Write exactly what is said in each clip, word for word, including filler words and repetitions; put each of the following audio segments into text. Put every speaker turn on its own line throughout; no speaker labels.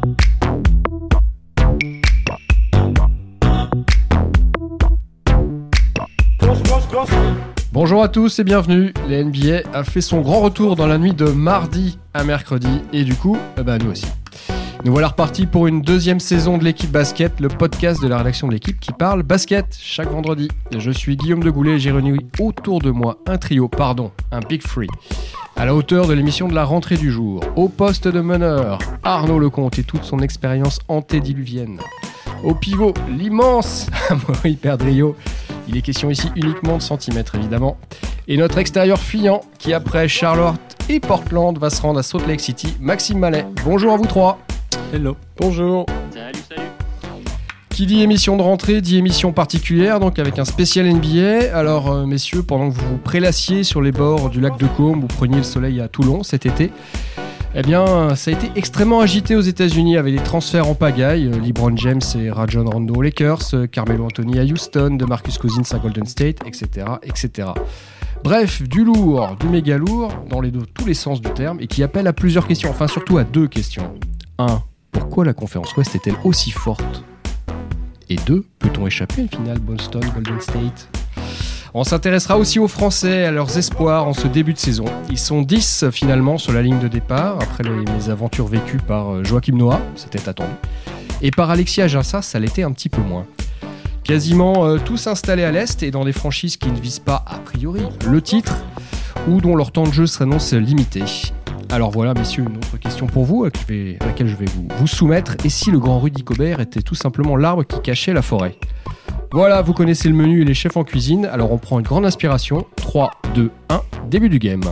Bonjour à tous et bienvenue. La N B A a fait son grand retour dans la nuit de mardi à mercredi et du coup, eh ben nous aussi. Nous voilà repartis pour une deuxième saison de l'équipe basket, le podcast de la rédaction de l'équipe qui parle basket chaque vendredi. Je suis Guillaume Degoulet et j'ai réuni autour de moi un trio, pardon, un Big Three, à la hauteur de l'émission de la rentrée du jour. Au poste de meneur, Arnaud Lecomte et toute son expérience antédiluvienne. Au pivot, l'immense Amaury Perdriau. Il est question ici uniquement de centimètres, évidemment. Et notre extérieur fuyant, qui après Charlotte et Portland va se rendre à Salt Lake City, Maxime Mallet. Bonjour à vous trois.
Hello.
Bonjour.
Salut, salut.
Qui dit émission de rentrée, dit émission particulière, donc avec un spécial N B A. Alors, euh, messieurs, pendant que vous vous prélassiez sur les bords du lac de Caume, vous preniez le soleil à Toulon cet été, eh bien, ça a été extrêmement agité aux États-Unis avec des transferts en pagaille. LeBron James et Rajon Rondo aux Lakers, Carmelo Anthony à Houston, DeMarcus Cousins à Golden State, et cetera, et cetera. Bref, du lourd, du méga lourd, dans les deux, tous les sens du terme, et qui appelle à plusieurs questions, enfin surtout à deux questions. Un, pourquoi la conférence Ouest est-elle aussi forte ? Et deux, peut-on échapper à une finale Boston-Golden State ? On s'intéressera aussi aux Français, à leurs espoirs en ce début de saison. Ils sont dix finalement sur la ligne de départ, après les, les aventures vécues par Joachim Noah, c'était attendu, et par Alexis Ajassa, ça l'était un petit peu moins. Quasiment euh, tous installés à l'Est et dans des franchises qui ne visent pas a priori le titre, ou dont leur temps de jeu s'annonce limité. Alors voilà, messieurs, une autre question pour vous, à laquelle je vais vous, vous soumettre. Et si le grand Rudy Gobert était tout simplement l'arbre qui cachait la forêt ? Voilà, vous connaissez le menu et les chefs en cuisine, alors on prend une grande inspiration. trois, deux, un, début du game.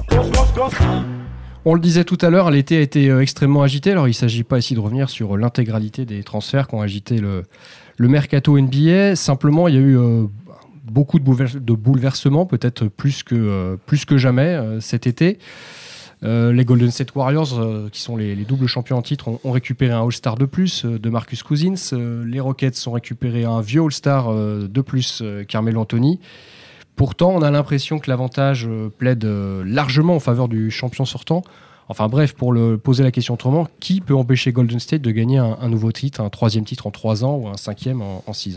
On le disait tout à l'heure, l'été a été extrêmement agité, alors il ne s'agit pas ici de revenir sur l'intégralité des transferts qui ont agité le, le mercato N B A. Simplement, il y a eu euh, beaucoup de, boulever- de bouleversements, peut-être plus que, euh, plus que jamais euh, cet été. Euh, les Golden State Warriors, euh, qui sont les, les doubles champions en titre, ont, ont récupéré un All-Star de plus, euh, de Marcus Cousins. Euh, les Rockets ont récupéré un vieux All-Star euh, de plus, euh, Carmelo Anthony. Pourtant, on a l'impression que l'avantage euh, plaide euh, largement en faveur du champion sortant. Enfin bref, pour le, poser la question autrement, qui peut empêcher Golden State de gagner un, un nouveau titre, un troisième titre en trois ans ou un cinquième en, en six ans ?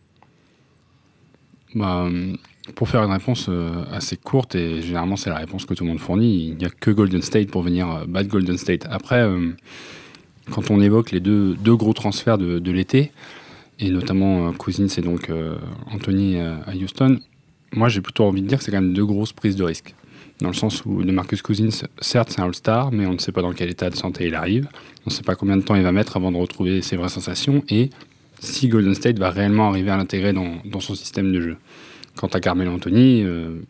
Bah, pour faire une réponse euh, assez courte, et généralement c'est la réponse que tout le monde fournit, il n'y a que Golden State pour venir euh, battre Golden State. Après, euh, quand on évoque les deux, deux gros transferts de, de l'été, et notamment euh, Cousins et donc euh, Anthony euh, à Houston, moi j'ai plutôt envie de dire que c'est quand même deux grosses prises de risque. Dans le sens où DeMarcus Cousins, certes c'est un All-Star, mais on ne sait pas dans quel état de santé il arrive, on ne sait pas combien de temps il va mettre avant de retrouver ses vraies sensations, et si Golden State va réellement arriver à l'intégrer dans, dans son système de jeu. Quant à Carmelo Anthony, euh,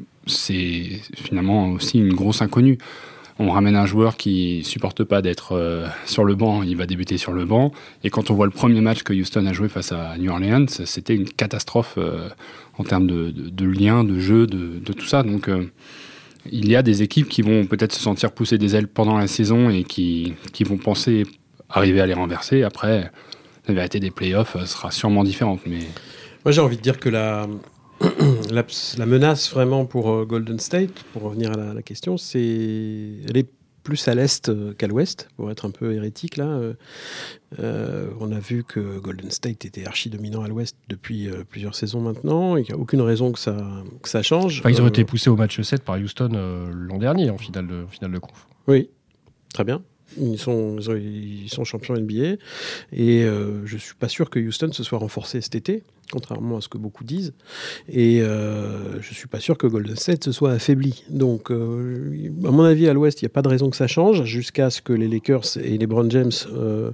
c'est finalement aussi une grosse inconnue. On ramène un joueur qui ne supporte pas d'être euh, sur le banc, il va débuter sur le banc. Et quand on voit le premier match que Houston a joué face à New Orleans, c'était une catastrophe euh, en termes de, de, de lien, de jeu, de, de tout ça. Donc euh, il y a des équipes qui vont peut-être se sentir pousser des ailes pendant la saison et qui, qui vont penser arriver à les renverser. Après, la vérité des playoffs sera sûrement différente. Mais...
Moi, j'ai envie de dire que la, la, la menace vraiment pour euh, Golden State, pour revenir à la, la question, c'est elle est plus à l'est euh, qu'à l'ouest, pour être un peu hérétique là. Euh, euh, on a vu que Golden State était archi dominant à l'ouest depuis euh, plusieurs saisons maintenant, et qu'il n'y a aucune raison que ça, que ça change.
Enfin, ils ont
euh,
été poussés au match sept par Houston euh, l'an dernier en finale de, en finale de conf.
Oui, très bien. Ils sont, ils sont champions N B A et euh, je ne suis pas sûr que Houston se soit renforcé cet été, contrairement à ce que beaucoup disent. Et euh, je ne suis pas sûr que Golden State se soit affaibli. Donc, euh, à mon avis, à l'Ouest, il n'y a pas de raison que ça change, jusqu'à ce que les Lakers et les LeBron James euh,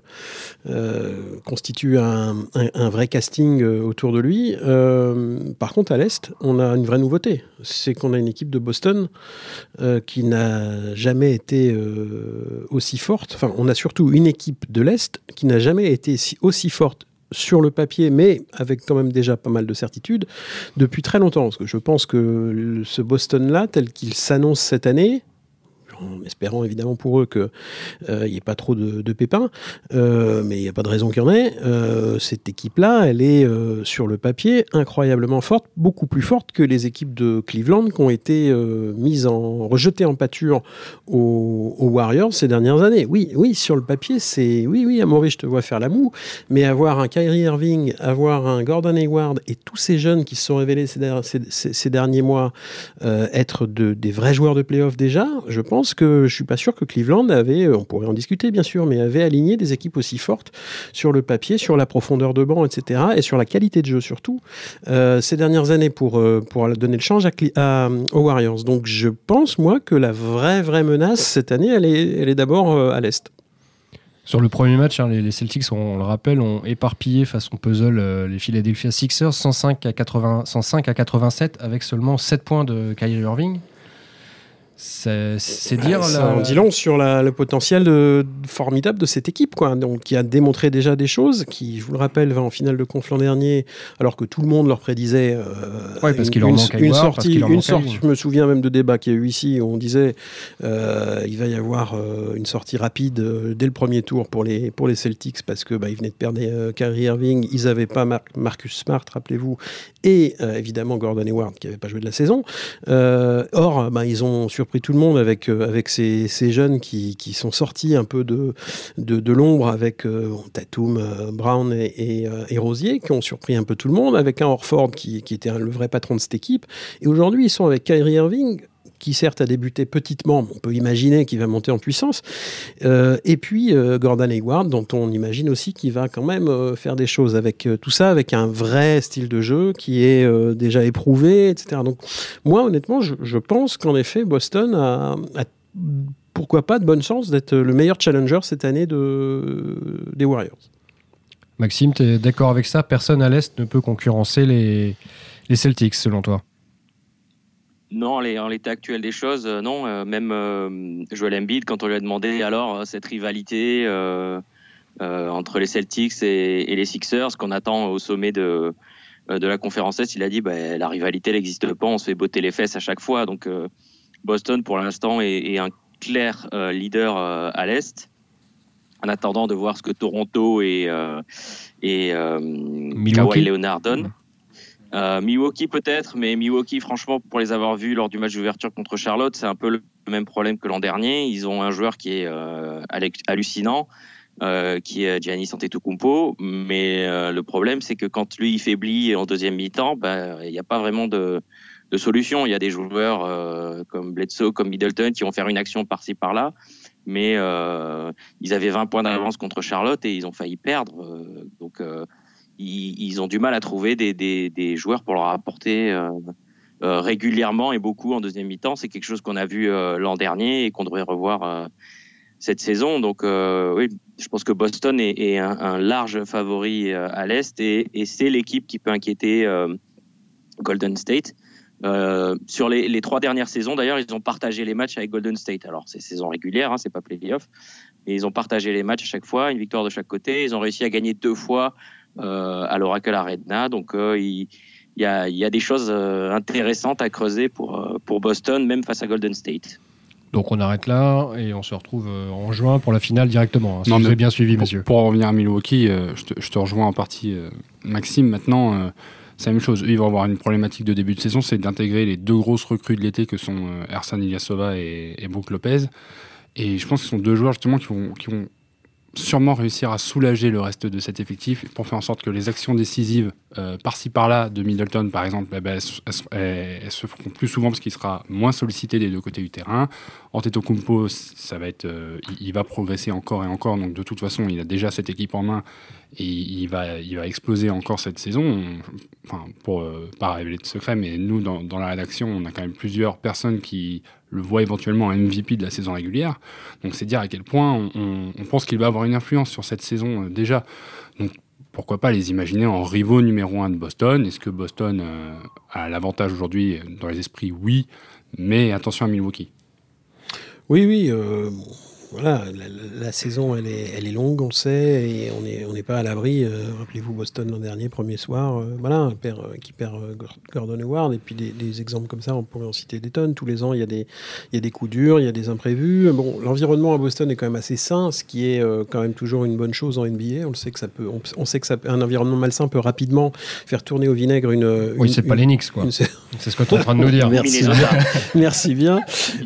euh, constituent un, un, un vrai casting autour de lui. Euh, par contre, à l'Est, on a une vraie nouveauté. C'est qu'on a une équipe de Boston euh, qui n'a jamais été euh, aussi forte. Enfin, on a surtout une équipe de l'Est qui n'a jamais été aussi forte sur le papier, mais avec quand même déjà pas mal de certitudes, depuis très longtemps. Parce que je pense que ce Boston-là, tel qu'il s'annonce cette année, en espérant évidemment pour eux qu'il n'y euh, ait pas trop de, de pépins, euh, mais il n'y a pas de raison qu'il y en ait. Euh, cette équipe-là, elle est euh, sur le papier incroyablement forte, beaucoup plus forte que les équipes de Cleveland qui ont été euh, mises en, rejetées en pâture aux, aux Warriors ces dernières années. Oui, oui, sur le papier, c'est... Oui, oui, Amaury, je te vois faire la moue, mais avoir un Kyrie Irving, avoir un Gordon Hayward et tous ces jeunes qui se sont révélés ces, ces, ces, ces derniers mois euh, être de, des vrais joueurs de play-off déjà, je pense que je suis pas sûr que Cleveland avait, on pourrait en discuter bien sûr, mais avait aligné des équipes aussi fortes sur le papier, sur la profondeur de banc, et cetera, et sur la qualité de jeu surtout, euh, ces dernières années pour, euh, pour donner le change à, à, aux Warriors. Donc je pense, moi, que la vraie, vraie menace cette année, elle est, elle est d'abord euh, à l'Est.
Sur le premier match, hein, les, les Celtics, on, on le rappelle, ont éparpillé façon puzzle euh, les Philadelphia Sixers cent cinq à quatre-vingts, cent cinq à quatre-vingt-sept avec seulement sept points de Kyrie Irving. C'est, c'est dire...
Ça
la...
en dit long sur la, le potentiel de, formidable de cette équipe, quoi. Donc, qui a démontré déjà des choses, qui, je vous le rappelle, va en finale de conf l'an dernier, alors que tout le monde leur prédisait euh,
ouais, parce
une,
qu'il leur
une,
manque
une
Hayward,
sortie.
Parce
une sortie je me souviens même de débats qu'il y a eu ici, où on disait euh, il va y avoir euh, une sortie rapide euh, dès le premier tour pour les, pour les Celtics, parce que bah, ils venaient de perdre euh, Kyrie Irving, ils n'avaient pas Mar- Marcus Smart, rappelez-vous, et euh, évidemment Gordon Hayward, qui n'avait pas joué de la saison. Euh, or, bah, ils ont surpris tout le monde avec avec ces, ces jeunes qui, qui sont sortis un peu de, de, de l'ombre avec euh, Tatum, euh, Brown et, et, euh, et Rosier, qui ont surpris un peu tout le monde, avec un Horford qui, qui était un, le vrai patron de cette équipe. Et aujourd'hui, ils sont avec Kyrie Irving, qui certes a débuté petitement, on peut imaginer qu'il va monter en puissance, euh, et puis euh, Gordon Hayward, dont on imagine aussi qu'il va quand même euh, faire des choses avec euh, tout ça, avec un vrai style de jeu qui est euh, déjà éprouvé, et cetera. Donc moi, honnêtement, je, je pense qu'en effet, Boston a, a pourquoi pas de bonne chance d'être le meilleur challenger cette année de, des Warriors.
Maxime, tu es d'accord avec ça ? Personne à l'Est ne peut concurrencer les, les Celtics, selon toi ?
Non, en l'état actuel des choses, euh, non. Euh, même euh, Joel Embiid, quand on lui a demandé alors cette rivalité euh, euh, entre les Celtics et, et les Sixers, qu'on attend au sommet de, de la conférence Est, il a dit bah, la rivalité n'existe pas, on se fait botter les fesses à chaque fois. Donc euh, Boston, pour l'instant, est, est un clair euh, leader euh, à l'Est. En attendant de voir ce que Toronto et, euh, et euh, Kawhi Leonard donnent. Euh, Milwaukee peut-être, mais Milwaukee, franchement, pour les avoir vus lors du match d'ouverture contre Charlotte, c'est un peu le même problème que l'an dernier. Ils ont un joueur qui est euh, hallucinant, euh, qui est Giannis Antetokounmpo, mais euh, le problème, c'est que quand lui il faiblit en deuxième mi-temps, bah, il n'y a pas vraiment de, de solution. Il y a des joueurs euh, comme Bledsoe, comme Middleton, qui vont faire une action par-ci par-là, mais euh, ils avaient vingt points d'avance contre Charlotte et ils ont failli perdre. Euh, donc euh, ils ont du mal à trouver des, des, des joueurs pour leur apporter euh, euh, régulièrement et beaucoup en deuxième mi-temps. C'est quelque chose qu'on a vu euh, l'an dernier et qu'on devrait revoir euh, cette saison. Donc euh, oui, je pense que Boston est, est un, un large favori euh, à l'Est et, et c'est l'équipe qui peut inquiéter euh, Golden State. Euh, sur les, les trois dernières saisons, d'ailleurs, ils ont partagé les matchs avec Golden State. Alors, c'est saison régulière, hein, c'est pas play-off, mais ils ont partagé les matchs à chaque fois, une victoire de chaque côté. Ils ont réussi à gagner deux fois euh, à l'Oracle Arena. Donc, euh, il, il, y a, il y a des choses euh, intéressantes à creuser pour, euh, pour Boston, même face à Golden State.
Donc, on arrête là et on se retrouve euh, en juin pour la finale directement. Hein, si
non,
vous avez bien suivi,
pour,
messieurs.
Pour en revenir à Milwaukee, euh, je, te, je te rejoins en partie, euh, Maxime. Maintenant, euh, c'est la même chose. Eux, ils vont avoir une problématique de début de saison, c'est d'intégrer les deux grosses recrues de l'été que sont euh, Ersan Ilyasova et, et Brook Lopez. Et je pense que ce sont deux joueurs justement qui vont, qui vont sûrement réussir à soulager le reste de cet effectif pour faire en sorte que les actions décisives euh, par-ci par-là de Middleton par exemple, eh ben, elles, elles, elles se feront plus souvent parce qu'il sera moins sollicité des deux côtés du terrain. Antetokounmpo, ça va être, euh, il, il va progresser encore et encore, donc de toute façon il a déjà cette équipe en main et il va, il va exploser encore cette saison. Enfin, pour euh, pas révéler de secret, mais nous dans, dans la rédaction on a quand même plusieurs personnes qui le voit éventuellement M V P de la saison régulière. Donc c'est dire à quel point on, on, on pense qu'il va avoir une influence sur cette saison euh, déjà. Donc pourquoi pas les imaginer en rivaux numéro un de Boston. Est-ce que Boston euh, a l'avantage aujourd'hui dans les esprits? Oui, mais attention à Milwaukee.
Oui, oui. Euh, voilà, la, la saison, elle est, elle est longue, on le sait, et on n'est on n'est pas à l'abri. Euh, rappelez-vous Boston l'an dernier, premier soir, euh, voilà, perd, euh, qui perd euh, Gordon Hayward, et puis des, des exemples comme ça, on pourrait en citer des tonnes. Tous les ans, il y a des, il y a des coups durs, il y a des imprévus. Bon, l'environnement à Boston est quand même assez sain, ce qui est euh, quand même toujours une bonne chose en N B A. On le sait que ça peut, on, on sait que ça, un environnement malsain peut rapidement faire tourner au vinaigre une.
Oui,
une,
c'est
une,
pas les Knicks, quoi. Une, c'est ce que tu es en train de nous dire.
Merci bien. Merci bien.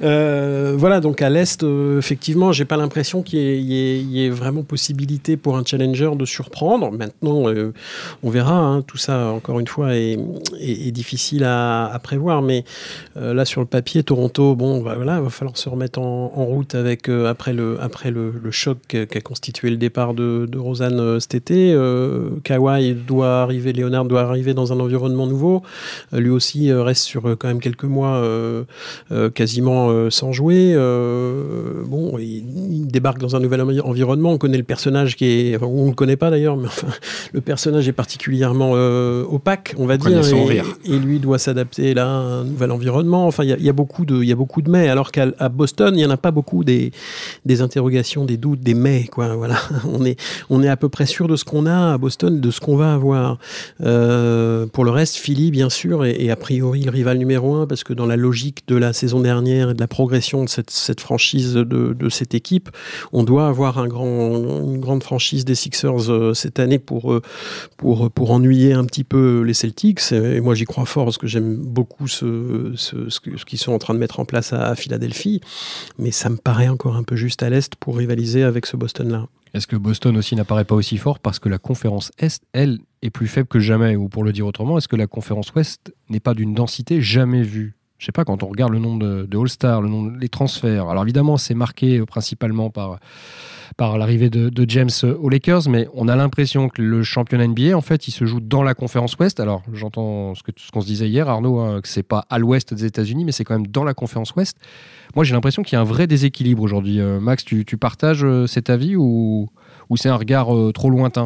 Euh, voilà, donc à l'Est, euh, effectivement, j'ai pas l'impression qu'il y ait, il y ait, il y ait vraiment possibilité pour un challenger de surprendre. Maintenant, euh, on verra. Hein, tout ça, encore une fois, est, est, est difficile à, à prévoir. Mais euh, là, sur le papier, Toronto, bon, bah, voilà, il va falloir se remettre en, en route avec euh, après le après le, le choc qu'a constitué le départ de, de Rosanne euh, cet été. Euh, Kawhi doit arriver, Leonard doit arriver dans un environnement nouveau. Euh, lui aussi euh, reste sur euh, quand même quelques mois euh, euh, quasiment euh, sans jouer. Euh, bon, il, il débarque dans un nouvel environnement. On connaît le personnage qui est, enfin, on le connaît pas d'ailleurs, mais enfin, le personnage est particulièrement euh, opaque, on va on dire,
son
et,
rire.
et lui doit s'adapter là à un nouvel environnement. Enfin, il y, y a beaucoup de, il y a beaucoup de mais, alors qu'à à Boston, il y en a pas beaucoup des, des interrogations, des doutes, des mais, quoi. Voilà, on est, on est à peu près sûr de ce qu'on a à Boston, de ce qu'on va avoir. Euh, pour le reste, Philly, bien sûr, est, est a priori le rival numéro un, parce que dans la logique de la saison dernière et de la progression de cette, cette franchise de, de cette équipe, on doit avoir un grand, une grande franchise des Sixers euh, cette année pour, euh, pour, pour ennuyer un petit peu les Celtics. Et moi, j'y crois fort parce que j'aime beaucoup ce, ce, ce, ce qu'ils sont en train de mettre en place à, à Philadelphie. Mais ça me paraît encore un peu juste à l'Est pour rivaliser avec ce Boston-là.
Est-ce que Boston aussi n'apparaît pas aussi fort parce que la conférence Est, elle, est plus faible que jamais? Ou pour le dire autrement, est-ce que la conférence Ouest n'est pas d'une densité jamais vue? Je sais pas, quand on regarde le nombre de, de All-Star, le nombre des transferts, alors évidemment c'est marqué principalement par, par l'arrivée de, de James aux Lakers, mais on a l'impression que le championnat N B A, en fait, il se joue dans la conférence Ouest. Alors j'entends ce, que, ce qu'on se disait hier, Arnaud, hein, que c'est pas à l'Ouest des États-Unis, mais c'est quand même dans la conférence Ouest. Moi j'ai l'impression qu'il y a un vrai déséquilibre aujourd'hui. Euh, Max, tu, tu partages euh, cet avis ou, ou c'est un regard euh, trop lointain?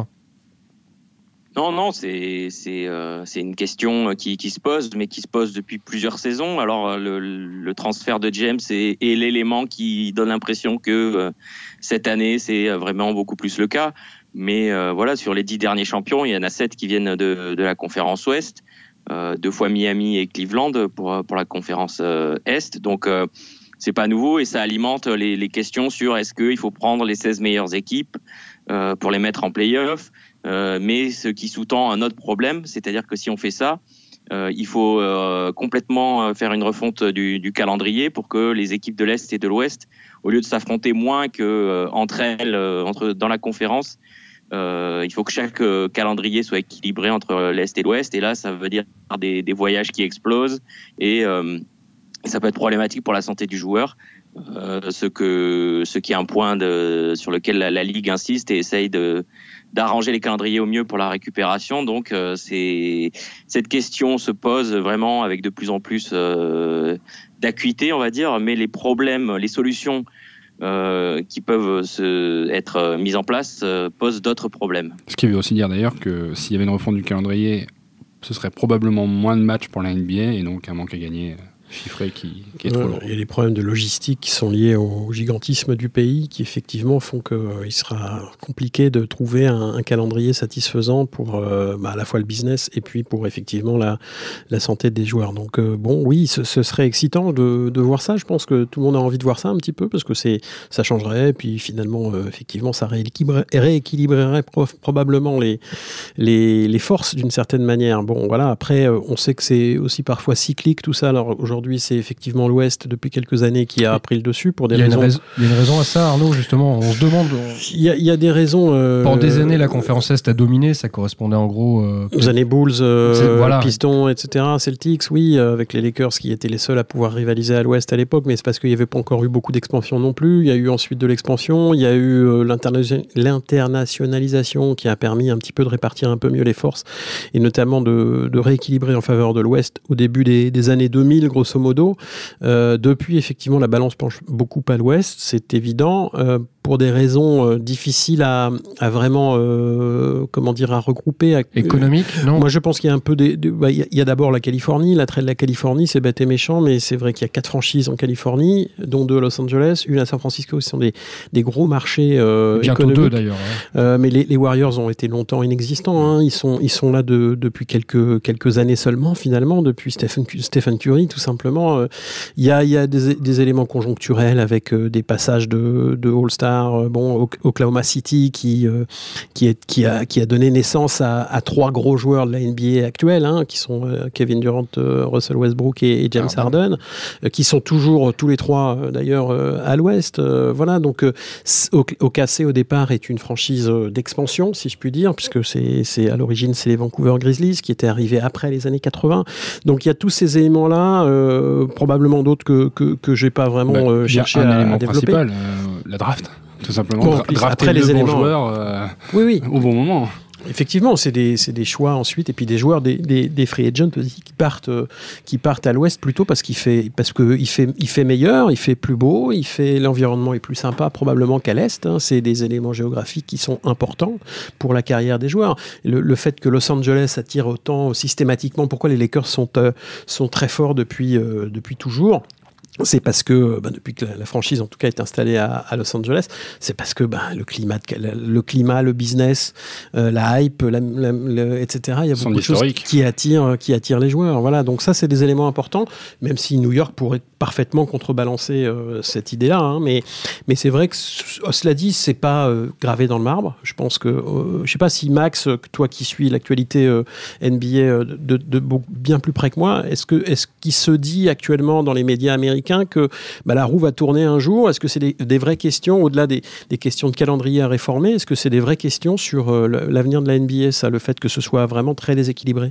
Non, non, c'est c'est euh, c'est une question qui qui se pose, mais qui se pose depuis plusieurs saisons. Alors le, le transfert de James est, est l'élément qui donne l'impression que euh, cette année c'est vraiment beaucoup plus le cas. Mais euh, voilà, sur les dix derniers champions, il y en a sept qui viennent de de la conférence Ouest, euh, deux fois Miami et Cleveland pour pour la conférence euh, Est. Donc euh, c'est pas nouveau et ça alimente les les questions sur est-ce qu'il faut prendre les seize meilleures équipes euh, pour les mettre en play-off. Euh, mais ce qui sous-tend un autre problème, c'est-à-dire que si on fait ça, euh, il faut euh, complètement faire une refonte du, du calendrier pour que les équipes de l'Est et de l'Ouest, au lieu de s'affronter moins que euh, entre elles, euh, entre dans la conférence, euh, il faut que chaque euh, calendrier soit équilibré entre l'Est et l'Ouest. Et là, ça veut dire des, des voyages qui explosent et euh, ça peut être problématique pour la santé du joueur. Euh, ce que ce qui est un point de, sur lequel la, la Ligue insiste et essaye de d'arranger les calendriers au mieux pour la récupération. Donc, euh, c'est cette question se pose vraiment avec de plus en plus euh, d'acuité, on va dire. Mais les problèmes, les solutions euh, qui peuvent se, être mises en place euh, posent d'autres problèmes.
Ce qui veut aussi dire d'ailleurs que s'il y avait une refonte du calendrier, ce serait probablement moins de matchs pour la N B A et donc un manque à gagner chiffré qui, qui est trop lourd.
Il y a des problèmes de logistique qui sont liés au gigantisme du pays qui effectivement font qu'il euh, sera compliqué de trouver un, un calendrier satisfaisant pour euh, bah, à la fois le business et puis pour effectivement la, la santé des joueurs. Donc euh, bon, oui, ce, ce serait excitant de, de voir ça. Je pense que tout le monde a envie de voir ça un petit peu parce que c'est, ça changerait et puis finalement, euh, effectivement, ça rééquilibrerait, rééquilibrerait pro- probablement les, les, les forces d'une certaine manière. Bon, voilà, après, euh, on sait que c'est aussi parfois cyclique tout ça. Alors aujourd'hui, Aujourd'hui, c'est effectivement l'Ouest depuis quelques années qui a pris le dessus pour des
il y a
raisons.
Une raison, il y a une raison à ça, Arnaud, justement. On se demande. On...
Il, y a, il y a des raisons. Euh,
Pendant des années, la conférence Est a dominé. Ça correspondait en gros euh,
aux années Bulls, euh,
voilà.
Pistons, et cetera. Celtics, oui, euh, avec les Lakers qui étaient les seuls à pouvoir rivaliser à l'Ouest à l'époque, mais c'est parce qu'il n'y avait pas encore eu beaucoup d'expansion non plus. Il y a eu ensuite de l'expansion. Il y a eu euh, l'interna- l'internationalisation qui a permis un petit peu de répartir un peu mieux les forces et notamment de, de rééquilibrer en faveur de l'Ouest au début des, des années deux mille, grosso modo. Euh, depuis, effectivement, la balance penche beaucoup à l'Ouest, c'est évident. Euh, pour des raisons euh, difficiles à, à vraiment, euh, comment dire, à regrouper. À,
Économique, non?
Moi, je pense qu'il y a un peu des... Il bah, y, y a d'abord la Californie, l'attrait de la Californie, c'est bête et méchant, mais c'est vrai qu'il y a quatre franchises en Californie, dont deux à Los Angeles, une à San Francisco, ce sont des, des gros marchés euh,
Bientôt
économiques.
deux, d'ailleurs. Hein.
Euh, mais les, les Warriors ont été longtemps inexistants. Hein. Ils sont, ils sont là de, depuis quelques, quelques années seulement, finalement, depuis Stephen, Stephen Curry, tout simplement. Il y a, il y a des, des éléments conjoncturels avec euh, des passages de, de All-Star. Euh, bon, Oklahoma City qui, euh, qui, est, qui, a, qui a donné naissance à, à trois gros joueurs de la N B A actuelle, hein, qui sont euh, Kevin Durant, euh, Russell Westbrook et, et James Harden, Harden euh, qui sont toujours euh, tous les trois, euh, d'ailleurs, euh, à l'Ouest. Euh, voilà, donc euh, O K C, au départ, est une franchise d'expansion, si je puis dire, puisque c'est, c'est, à l'origine, c'est les Vancouver Grizzlies qui étaient arrivés après les années quatre-vingts. Donc il y a tous ces éléments-là, euh, probablement d'autres que, que, que je n'ai pas vraiment bah, euh, cherché à, à développer.
Principal, euh, la draft, tout simplement.
Bon,
Dra- drafter
après, les
bons
éléments,
joueurs euh,
oui, oui.
au bon moment.
Effectivement, c'est des, c'est des choix ensuite, et puis des joueurs, des, des, des free agents aussi qui partent, euh, qui partent à l'Ouest plutôt parce qu'il fait, parce que il fait, il fait meilleur, il fait plus beau, il fait, l'environnement est plus sympa probablement qu'à l'Est. Hein. C'est des éléments géographiques qui sont importants pour la carrière des joueurs. Le, le fait que Los Angeles attire autant systématiquement, pourquoi les Lakers sont, euh, sont très forts depuis, euh, depuis toujours. C'est parce que, ben, depuis que la, la franchise, en tout cas, est installée à, à Los Angeles, c'est parce que ben, le, climat, le climat, le business, euh, la hype, la, la, la, et cetera, il y a beaucoup de choses qui attirent, qui attirent les joueurs. Voilà, donc ça, c'est des éléments importants, même si New York pourrait parfaitement contrebalancer euh, cette idée-là. Hein, mais, mais c'est vrai que, cela dit, c'est pas euh, gravé dans le marbre. Je pense que, euh, je sais pas si Max, toi qui suis l'actualité euh, N B A euh, de, de, de bien plus près que moi, est-ce, que, est-ce qu'il se dit actuellement dans les médias américains que bah, la roue va tourner un jour? Est-ce que c'est des, des vraies questions, au-delà des, des questions de calendrier à réformer? Est-ce que c'est des vraies questions sur euh, l'avenir de la N B A, ça, le fait que ce soit vraiment très déséquilibré?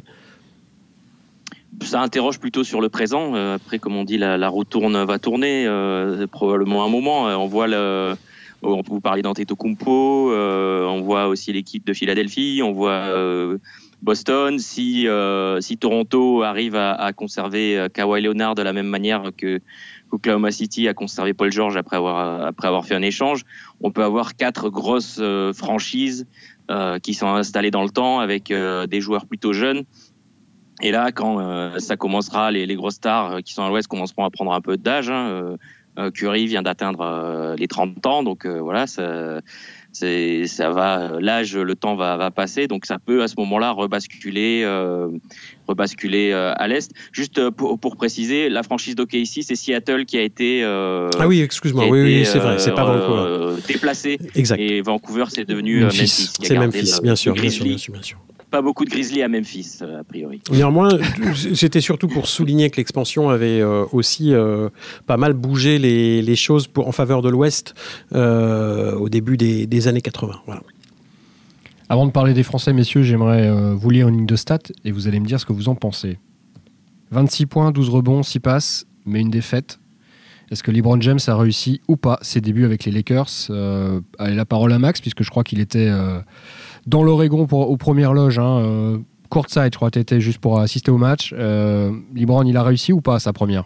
Ça interroge plutôt sur le présent. Euh, après, comme on dit, la, la roue tourne, va tourner. Euh, probablement un moment. On voit le... On peut vous parler d'Antetokounmpo, euh, on voit aussi l'équipe de Philadelphie, on voit euh, Boston. Si, euh, si Toronto arrive à, à conserver Kawhi Leonard de la même manière que Oklahoma City a conservé Paul George après avoir, après avoir fait un échange, on peut avoir quatre grosses euh, franchises euh, qui sont installées dans le temps avec euh, des joueurs plutôt jeunes. Et là, quand euh, ça commencera, les, les grosses stars qui sont à l'Ouest commenceront à prendre un peu d'âge. Hein, euh, Curry vient d'atteindre euh, les trente ans, donc euh, voilà, ça, c'est, ça va, l'âge, le temps va, va passer, donc ça peut à ce moment-là rebasculer, euh, rebasculer euh, à l'est. Juste pour, pour préciser, la franchise d'O K C, c'est Seattle qui a été euh,
ah oui, excuse-moi, oui,
été,
oui, c'est vrai, c'est pas Vancouver,
euh, déplacé.
Exact.
Et Vancouver, c'est devenu Memphis. Memphis
qui a c'est Memphis, le, bien sûr, bien sûr, bien sûr, bien sûr.
Pas beaucoup de Grizzlies à Memphis, a priori.
Néanmoins, c'était surtout pour souligner que l'expansion avait euh, aussi euh, pas mal bougé les, les choses pour, en faveur de l'Ouest euh, au début des, des années quatre-vingts. Voilà.
Avant de parler des Français, messieurs, j'aimerais euh, vous lire une ligne de stats et vous allez me dire ce que vous en pensez. vingt-six points, douze rebonds, six passes, mais une défaite. Est-ce que LeBron James a réussi ou pas ses débuts avec les Lakers? euh, Allez, la parole à Max, puisque je crois qu'il était... Euh, dans l'Oregon pour, aux premières loges, hein, euh, courtside, je crois que tu étais juste pour assister au match. Euh, LeBron, il a réussi ou pas à sa première?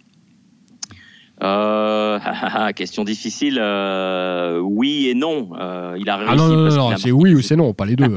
euh, Question difficile. Euh, oui et non. Euh, il a réussi.
Ah non, non,
parce
non,
qu'il
non
a
c'est oui ou c'est non, pas les deux.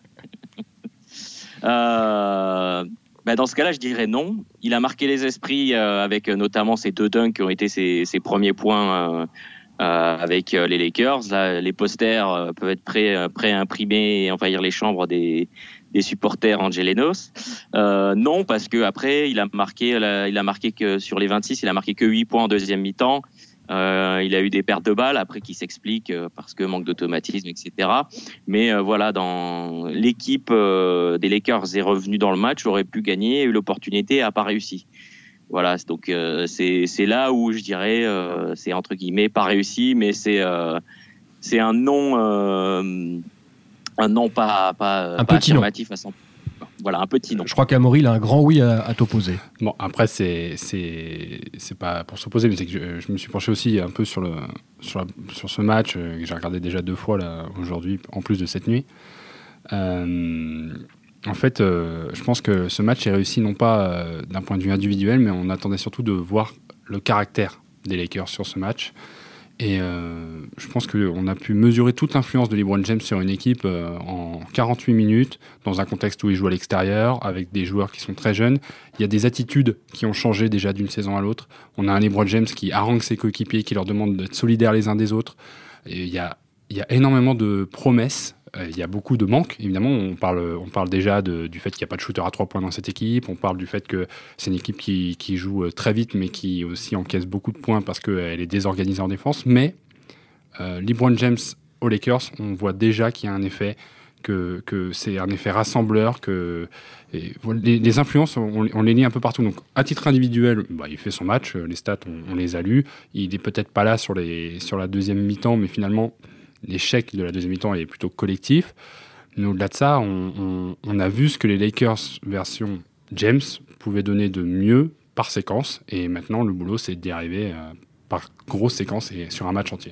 euh, ben dans ce cas-là, je dirais non. Il a marqué les esprits euh, avec notamment ces deux dunks qui ont été ses, ses premiers points. Euh, Euh, avec euh, les Lakers. Là, les posters euh, peuvent être prêts, euh, prêts à imprimer et envahir les chambres des, des supporters angelenos. Euh, non, parce que après, il a marqué, là, il a marqué que sur les vingt-six, il a marqué que huit points en deuxième mi-temps. Euh, il a eu des pertes de balles après qui s'expliquent euh, parce que manque d'automatisme, et cetera. Mais euh, voilà, dans l'équipe euh, des Lakers est revenue dans le match, aurait pu gagner, a eu l'opportunité, a pas réussi. Voilà, donc euh, c'est c'est là où je dirais euh, c'est entre guillemets pas réussi, mais c'est euh, c'est un non euh, un non pas pas,
un
pas
petit
affirmatif
non.
à cent pour cent. Voilà, un petit non.
Je crois qu'Amaury, il a un grand oui à, à t'opposer.
Bon, après c'est c'est c'est pas pour s'opposer, mais c'est que je, je me suis penché aussi un peu sur le sur la, sur ce match euh, que j'ai regardé déjà deux fois là aujourd'hui en plus de cette nuit. Euh, En fait, euh, je pense que ce match est réussi non pas euh, d'un point de vue individuel, mais on attendait surtout de voir le caractère des Lakers sur ce match. Et euh, je pense qu'on a pu mesurer toute l'influence de LeBron James sur une équipe euh, en quarante-huit minutes, dans un contexte où il joue à l'extérieur, avec des joueurs qui sont très jeunes. Il y a des attitudes qui ont changé déjà d'une saison à l'autre. On a un LeBron James qui harangue ses coéquipiers, qui leur demande d'être solidaires les uns des autres. Et il y a, il y a énormément de promesses. Euh, il y a beaucoup de manques, évidemment. On parle, on parle déjà de, du fait qu'il n'y a pas de shooter à trois points dans cette équipe. On parle du fait que c'est une équipe qui, qui joue très vite, mais qui aussi encaisse beaucoup de points parce qu'elle est désorganisée en défense. Mais euh, LeBron James aux Lakers, on voit déjà qu'il y a un effet, que, que c'est un effet rassembleur, que et, les, les influences, on, on les lit un peu partout. Donc, à titre individuel, bah, il fait son match, les stats, on, on les a lus. Il n'est peut-être pas là sur, les, sur la deuxième mi-temps, mais finalement, l'échec de la deuxième mi-temps est plutôt collectif. Mais au-delà de ça, on, on, on a vu ce que les Lakers version James pouvaient donner de mieux par séquence. Et maintenant, le boulot, c'est d'y arriver euh, par grosse séquence et sur un match entier.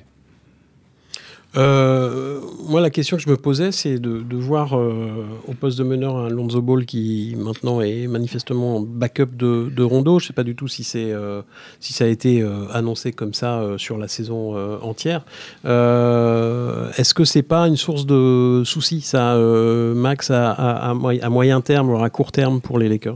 Euh, moi, la question que je me posais, c'est de, de voir euh, au poste de meneur un Lonzo Ball qui maintenant est manifestement en backup de, de Rondo. Je ne sais pas du tout si, c'est, euh, si ça a été euh, annoncé comme ça euh, sur la saison euh, entière. Euh, est-ce que ce n'est pas une source de soucis, ça, euh, Max, à, à, à, moy- à moyen terme ou à court terme pour les Lakers ?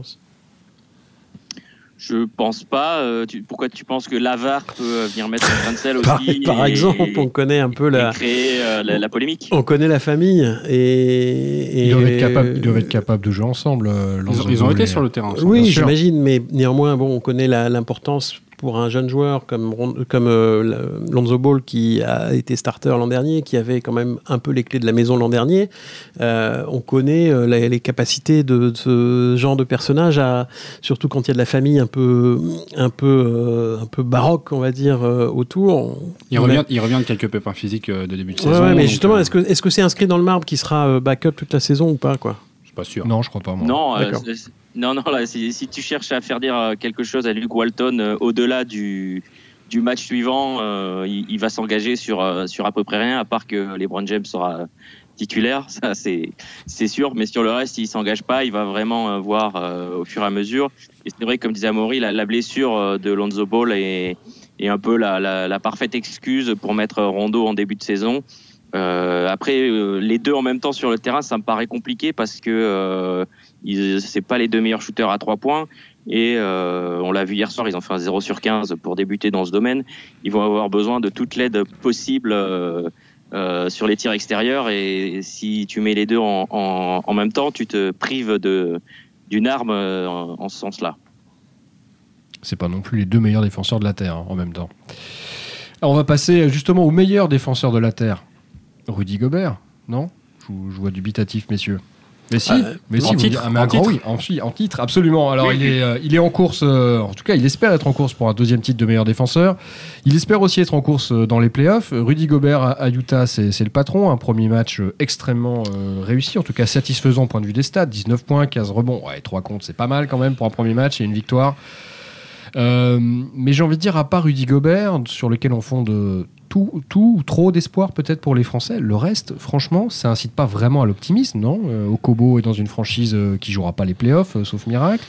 Je pense pas. Euh, tu, pourquoi tu penses que Lavar peut venir mettre un grain de sel aussi
Par, par
et,
exemple, on connaît un peu
et
la,
créer euh, la, la polémique.
On connaît la famille et, et
Ils doivent être capables, ils doivent être capables de jouer ensemble. Euh,
Ils ont, ils ont été sur le terrain.
Oui,
bien sûr.
j'imagine, mais néanmoins, bon, on connaît la, l'importance pour un jeune joueur comme, comme euh, Lonzo Ball qui a été starter l'an dernier, qui avait quand même un peu les clés de la maison l'an dernier. Euh, on connaît euh, les, les capacités de, de ce genre de personnage, à, surtout quand il y a de la famille un peu, un peu, euh, un peu baroque, on va dire, euh, autour.
Il revient, il revient de quelques pépins physiques euh, de début de saison.
Ouais, ouais, mais
donc,
justement,
euh,
est-ce que, est-ce que c'est inscrit dans le marbre qui sera euh, backup toute la saison ou pas, quoi ?
je suis pas sûr.
Non, je crois pas. Moi.
Non, euh,
D'accord.
c'est- non, non. Là, si, si tu cherches à faire dire euh, quelque chose à Luke Walton euh, au-delà du du match suivant, euh, il, il va s'engager sur euh, sur à peu près rien, à part que LeBron James sera titulaire. Ça, c'est c'est sûr. Mais sur le reste, s'il s'engage pas, il va vraiment euh, voir euh, au fur et à mesure. Et c'est vrai, comme disait Amaury, la, la blessure euh, de Lonzo Ball est est un peu la, la, la parfaite excuse pour mettre Rondo en début de saison. Euh, après, euh, les deux en même temps sur le terrain, ça me paraît compliqué parce que euh, ils, c'est pas les deux meilleurs shooters à trois points. Et euh, on l'a vu hier soir, ils ont fait un zéro sur quinze pour débuter dans ce domaine. Ils vont avoir besoin de toute l'aide possible euh, euh, sur les tirs extérieurs. Et si tu mets les deux en, en, en même temps, tu te prives de, d'une arme euh, en, en ce sens-là.
C'est pas non plus les deux meilleurs défenseurs de la Terre hein, en même temps. Alors on va passer justement aux meilleurs défenseurs de la Terre. Rudy Gobert, non je, je vois dubitatif, messieurs. Mais si,
Ah,
mais si
en
vous
titre,
dites- ah, mais
en
un grand
titre.
oui, en, si, en titre, absolument. Alors
Oui,
il,
oui.
est, euh, il est en course, euh, en tout cas il espère être en course pour un deuxième titre de meilleur défenseur. Il espère aussi être en course euh, dans les playoffs. Rudy Gobert à, à Utah, c'est, c'est le patron. Un premier match euh, extrêmement euh, réussi, en tout cas satisfaisant au point de vue des stats. dix-neuf points, quinze rebonds. Ouais, trois comptes, c'est pas mal quand même pour un premier match et une victoire. Euh, mais j'ai envie de dire, à part Rudy Gobert, sur lequel on fonde tout, tout ou trop d'espoir peut-être pour les Français, le reste, franchement, ça incite pas vraiment à l'optimisme, non euh, Okobo est dans une franchise euh, qui jouera pas les playoffs, euh, sauf miracle.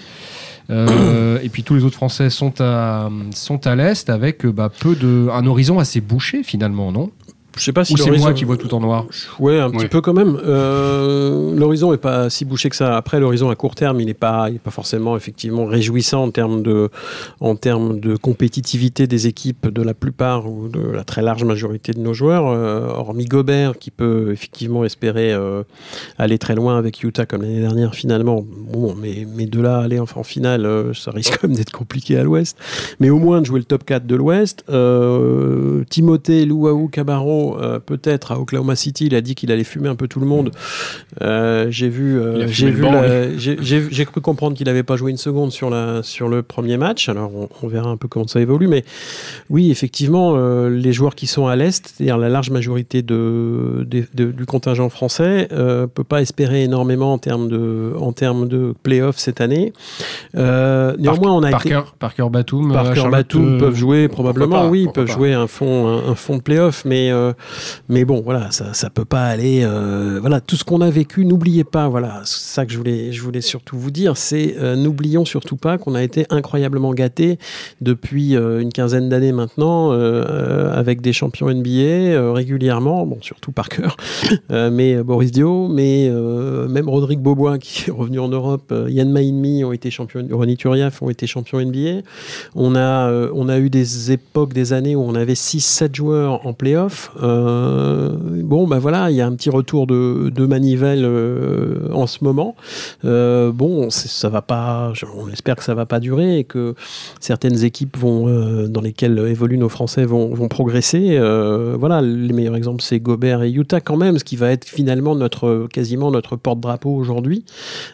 Euh, et puis tous les autres Français sont à, sont à l'Est avec euh, bah, peu de, un horizon assez bouché finalement, non
Je sais pas si
Ou c'est
l'horizon-
moi qui vois tout en noir
Ouais, un petit
Ouais.
peu quand même. Euh, l'horizon n'est pas si bouché que ça. Après, l'horizon à court terme, il n'est pas, il est pas forcément effectivement réjouissant en termes de, en termes de compétitivité des équipes de la plupart ou de la très large majorité de nos joueurs. Euh, hormis Gobert, qui peut effectivement espérer euh, aller très loin avec Utah comme l'année dernière finalement. Bon, mais, mais de là à aller en, en finale, euh, ça risque quand même d'être compliqué à l'Ouest. Mais au moins de jouer le top quatre de l'Ouest. Euh, Timothée Luwawu Cabarro, Euh, peut-être à Oklahoma City, il a dit qu'il allait fumer un peu tout le monde. Euh, j'ai vu, euh,
Il a
j'ai
fumé
vu,
le banc,
la- j'ai, j'ai, j'ai cru comprendre qu'il n'avait pas joué une seconde sur la sur le premier match. Alors on, on verra un peu comment ça évolue, mais oui, effectivement, euh, les joueurs qui sont à l'est, c'est-à-dire la large majorité de, de, de- du contingent français, euh, peut pas espérer énormément en termes de en termes de play-off cette année. Euh, néanmoins, on a
Parker,
été
Parker Batum, euh,
Parker
Charlotte,
Batum
euh,
peuvent jouer probablement,
pas,
oui, ils
pourquoi
peuvent
pas.
jouer un fond, un, un fond de play-off, mais euh, mais bon, voilà, ça, ça peut pas aller. Euh, voilà, tout ce qu'on a vécu, n'oubliez pas. Voilà, c'est ça que je voulais, je voulais surtout vous dire, c'est euh, n'oublions surtout pas qu'on a été incroyablement gâtés depuis euh, une quinzaine d'années maintenant, euh, avec des champions N B A euh, régulièrement. Bon, surtout Parker, euh, mais euh, Boris Dio, mais euh, même Rodrigue Beaubois qui est revenu en Europe, euh, Yann Mahinmi ont été champions, Ronny Turiaf ont été champions N B A. On a, euh, on a eu des époques, des années où on avait six sept joueurs en play-off. Euh, bon, ben voilà, il y a un petit retour de, de manivelle euh, en ce moment. Euh, bon, ça va pas, on espère que ça va pas durer et que certaines équipes vont, euh, dans lesquelles évoluent nos Français vont, vont progresser. Euh, voilà, les meilleurs exemples, c'est Gobert et Utah quand même, ce qui va être finalement notre, quasiment notre porte-drapeau aujourd'hui.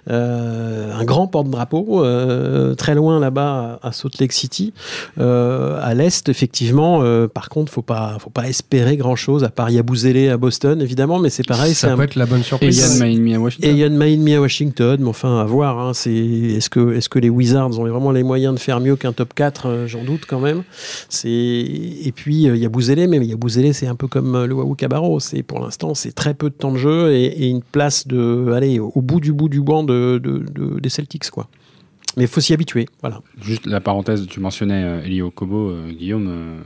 Euh, un grand porte-drapeau, euh, très loin là-bas à Salt Lake City. Euh, à l'Est, effectivement, euh, par contre, faut pas, faut pas espérer grand-chose, à part Yabusele à Boston, évidemment, mais c'est pareil.
Ça
c'est
peut
un...
être la bonne surprise.
Et Yann Mahinmi à Washington.
Et Yann Mahinmi à Washington, mais enfin, à voir. Hein, c'est... Est-ce que, est-ce que les Wizards ont vraiment les moyens de faire mieux qu'un top quatre euh, J'en doute quand même. C'est... Et puis, il euh, y a Yabusele, mais Yabusele, c'est un peu comme euh, le Wawu Cabarro. C'est, pour l'instant, c'est très peu de temps de jeu et, et une place de, allez, au bout du bout du banc de, de, de, des Celtics, quoi. Mais il faut s'y habituer, voilà.
Juste la parenthèse, tu mentionnais euh, Eli Okobo, euh, Guillaume, euh,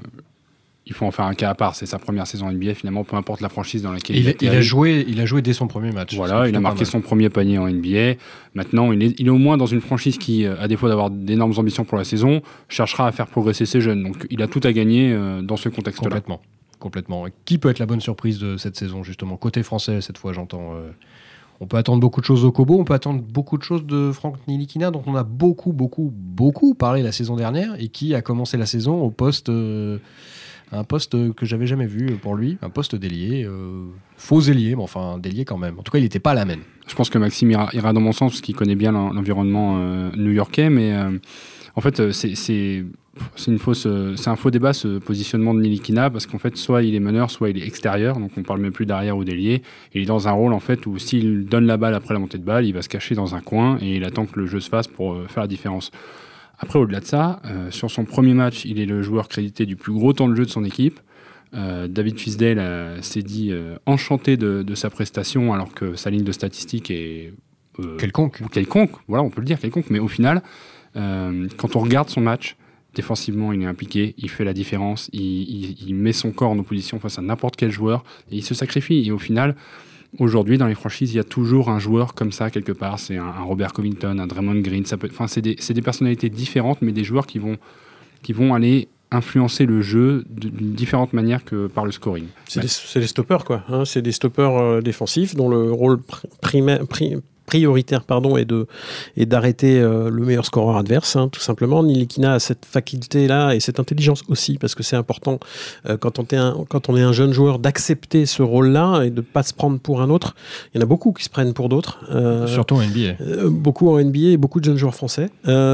il faut en faire un cas à part, c'est sa première saison N B A finalement, peu importe la franchise dans laquelle il,
il,
il
a, il a joué, il a joué dès son premier match.
Voilà, il a marqué son premier panier en N B A. Maintenant, il est, il est au moins dans une franchise qui, à défaut d'avoir d'énormes ambitions pour la saison, cherchera à faire progresser ses jeunes. Donc il a tout à gagner euh, dans ce contexte-là.
Complètement. Complètement. Et qui peut être la bonne surprise de cette saison, justement? Côté français, cette fois, j'entends... Euh... On peut attendre beaucoup de choses d'Okobo, on peut attendre beaucoup de choses de Frank Ntilikina, dont on a beaucoup, beaucoup, beaucoup parlé la saison dernière et qui a commencé la saison au poste, euh, un poste que j'avais jamais vu pour lui, un poste d'ailier, euh, faux ailier, mais enfin d'ailier quand même. En tout cas, il n'était pas à la main.
Je pense que Maxime ira, ira dans mon sens parce qu'il connaît bien l'environnement euh, new-yorkais, mais euh, en fait, c'est, c'est, c'est, une fausse, c'est un faux débat ce positionnement de Ntilikina parce qu'en fait, soit il est meneur, soit il est extérieur, donc on parle même plus d'arrière ou d'ailier. Il est dans un rôle en fait où s'il donne la balle après la montée de balle, il va se cacher dans un coin et il attend que le jeu se fasse pour euh, faire la différence. Après, au-delà de ça, euh, sur son premier match, il est le joueur crédité du plus gros temps de jeu de son équipe. Euh, David Fisdale euh, s'est dit euh, enchanté de, de sa prestation alors que sa ligne de statistiques est euh,
quelconque.
quelconque, voilà, on peut le dire quelconque, mais au final, euh, quand on regarde son match, défensivement, il est impliqué, il fait la différence, il, il, il met son corps en opposition face à n'importe quel joueur et il se sacrifie. Et au final, aujourd'hui, dans les franchises, il y a toujours un joueur comme ça quelque part. C'est un, un Robert Covington, un Draymond Green. Ça peut, enfin, c'est des, c'est des personnalités différentes, mais des joueurs qui vont, qui vont aller influencer le jeu d'une différente manière que par le scoring.
C'est, ouais. des, c'est des stoppers, quoi. Hein, c'est des stoppers euh, défensifs dont le rôle primaire... Pri- prioritaire pardon et de et d'arrêter euh, le meilleur scoreur adverse, hein, tout simplement. Ntilikina a cette faculté là et cette intelligence aussi, parce que c'est important euh, quand on est un quand on est un jeune joueur d'accepter ce rôle là et de pas se prendre pour un autre. Il y en a beaucoup qui se prennent pour d'autres, euh,
surtout en N B A,
euh, beaucoup en N B A et beaucoup de jeunes joueurs français.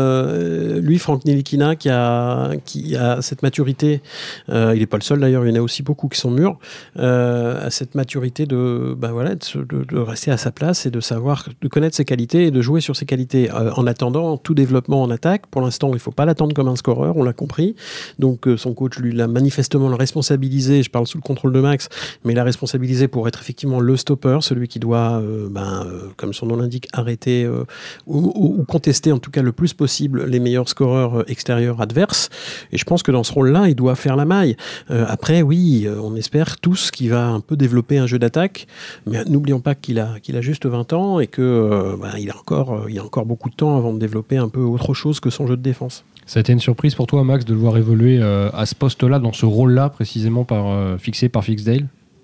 Euh, lui, Frank Ntilikina, qui a qui a cette maturité, euh, il est pas le seul d'ailleurs, il y en a aussi beaucoup qui sont mûrs, euh, à cette maturité de bah voilà de, de, de rester à sa place et de savoir de connaître ses qualités et de jouer sur ses qualités. Euh, en attendant, tout développement en attaque, pour l'instant, il ne faut pas l'attendre comme un scoreur, on l'a compris. Donc, euh, son coach, lui, l'a manifestement responsabilisé, je parle sous le contrôle de Max, mais il l'a responsabilisé pour être effectivement le stopper, celui qui doit, euh, ben, euh, comme son nom l'indique, arrêter euh, ou, ou contester, en tout cas le plus possible, les meilleurs scoreurs extérieurs adverses. Et je pense que dans ce rôle-là, il doit faire la maille. Euh, après, oui, euh, on espère tous qu'il va un peu développer un jeu d'attaque, mais n'oublions pas qu'il a, qu'il a juste vingt ans et que Euh, bah, il, a encore, euh, il a encore beaucoup de temps avant de développer un peu autre chose que son jeu de défense.
Ça a été une surprise pour toi, Max, de le voir évoluer euh, à ce poste-là, dans ce rôle-là, précisément par, euh, fixé par Fisdale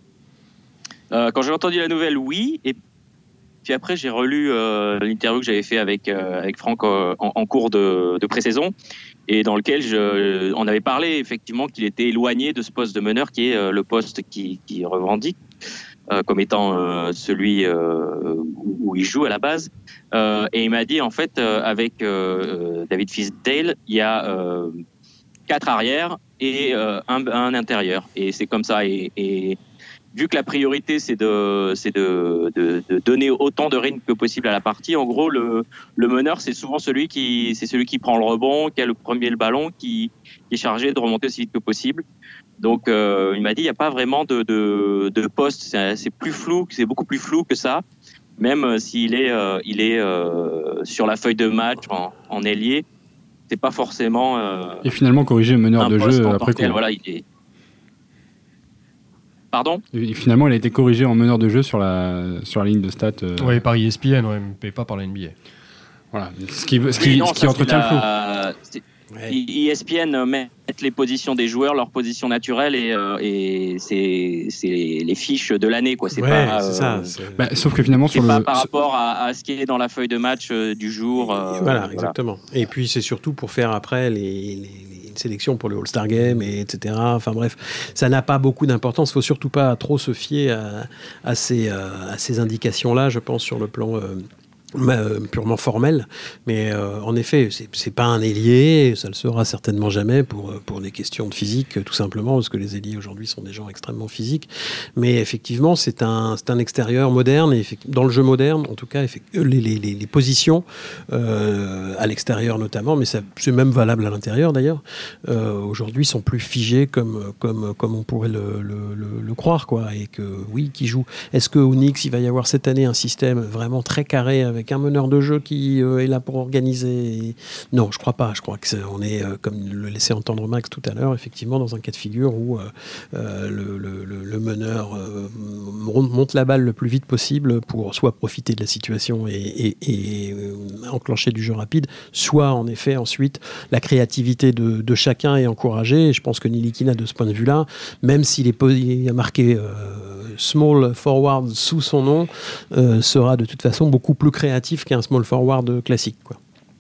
euh, Quand j'ai entendu la nouvelle, oui. Et puis après, j'ai relu euh, l'interview que j'avais fait avec, euh, avec Franck euh, en, en cours de, de pré-saison, et dans lequel je, on avait parlé effectivement qu'il était éloigné de ce poste de meneur qui est euh, le poste qui, qui revendique. Euh, comme étant euh, celui euh, où, où il joue à la base. Euh, et il m'a dit, en fait, euh, avec euh, David Fisdale, il y a euh, quatre arrières et euh, un, un intérieur. Et c'est comme ça. Et, et vu que la priorité, c'est, de, c'est de, de, de donner autant de rythme que possible à la partie, en gros, le, le meneur, c'est souvent celui qui, c'est celui qui prend le rebond, qui a le premier le ballon, qui, qui est chargé de remonter aussi vite que possible. Donc, euh, il m'a dit, il n'y a pas vraiment de, de, de poste. C'est, c'est plus flou, c'est beaucoup plus flou que ça. Même s'il est, euh, il est euh, sur la feuille de match en, en ailier, c'est pas forcément. Euh,
Et finalement, corriger meneur de jeu après coup.
Voilà, il est... Pardon ?
Et finalement, il a été corrigé en meneur de jeu sur la, sur la ligne de stats. Euh...
Oui, par E S P N, ouais, mais pas par la N B A.
Voilà, ce qui, ce qui,
oui, non,
ce qui entretient
la...
le flou.
Ouais. E S P N met les positions des joueurs, leurs positions naturelles et, euh, et c'est, c'est les fiches de l'année, quoi. C'est
ouais,
pas.
C'est
euh,
ça, c'est...
Bah, sauf que finalement,
c'est
sur
pas
le.
par rapport à, à ce qui est dans la feuille de match euh, du jour. Euh,
voilà,
voilà,
exactement. Et puis c'est surtout pour faire après les, les, les sélections pour le All-Star Game, et etc. Enfin bref, ça n'a pas beaucoup d'importance. Il faut surtout pas trop se fier à, à ces, à ces indications-là, je pense, sur le plan. Euh, Euh, purement formel, mais euh, en effet, c'est, c'est pas un ailier, ça le sera certainement jamais pour, pour des questions de physique, tout simplement, parce que les ailiers aujourd'hui sont des gens extrêmement physiques. Mais effectivement, c'est un, c'est un extérieur moderne, et dans le jeu moderne, en tout cas, les, les, les positions, euh, à l'extérieur notamment, mais ça, c'est même valable à l'intérieur d'ailleurs, euh, aujourd'hui sont plus figées comme, comme, comme on pourrait le, le, le, le croire, quoi, et que oui, qui joue. Est-ce qu'au Knicks, il va y avoir cette année un système vraiment très carré avec un meneur de jeu qui euh, est là pour organiser? Non, je crois pas. Je crois que c'est, on est, euh, comme le laissait entendre Max tout à l'heure, effectivement dans un cas de figure où euh, euh, le, le, le meneur euh, monte la balle le plus vite possible pour soit profiter de la situation et, et, et euh, enclencher du jeu rapide, soit en effet ensuite la créativité de, de chacun est encouragée. Et je pense que Ntilikina, de ce point de vue-là, même s'il est, il a marqué euh, small forward sous son nom, euh, sera de toute façon beaucoup plus créatif qu'un small forward classique, quoi.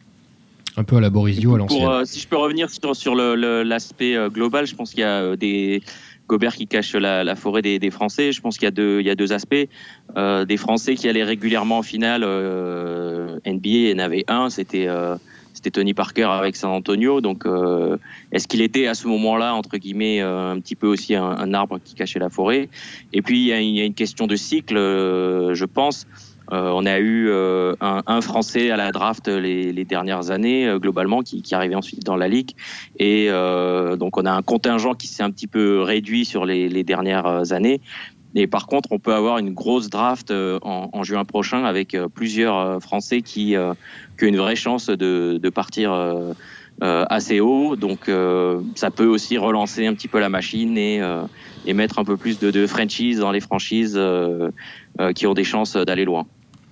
Un peu à la Boris Dio à l'ancienne.
Pour, euh, si je peux revenir sur, sur le, le, l'aspect euh, global, je pense qu'il y a euh, des Gobert qui cache la, la forêt des, des Français. Je pense qu'il y a deux, il y a deux aspects. Euh, des Français qui allaient régulièrement en finale euh, N B A, il y en avait un, c'était euh, c'était Tony Parker avec San Antonio. Donc, euh, est-ce qu'il était à ce moment-là, entre guillemets, euh, un petit peu aussi un, un arbre qui cachait la forêt? Et puis, il y a, il y a une question de cycle, euh, je pense. Euh, on a eu euh, un, un Français à la draft les, les dernières années, euh, globalement, qui, qui arrivait ensuite dans la ligue. Et euh, donc, on a un contingent qui s'est un petit peu réduit sur les, les dernières années. Et par contre, on peut avoir une grosse draft euh, en, en juin prochain avec euh, plusieurs euh, Français qui, euh, qui ont une vraie chance de, de partir euh, euh, assez haut. Donc, euh, ça peut aussi relancer un petit peu la machine et, euh, et mettre un peu plus de, de franchise dans les franchises euh, euh, qui ont des chances d'aller loin.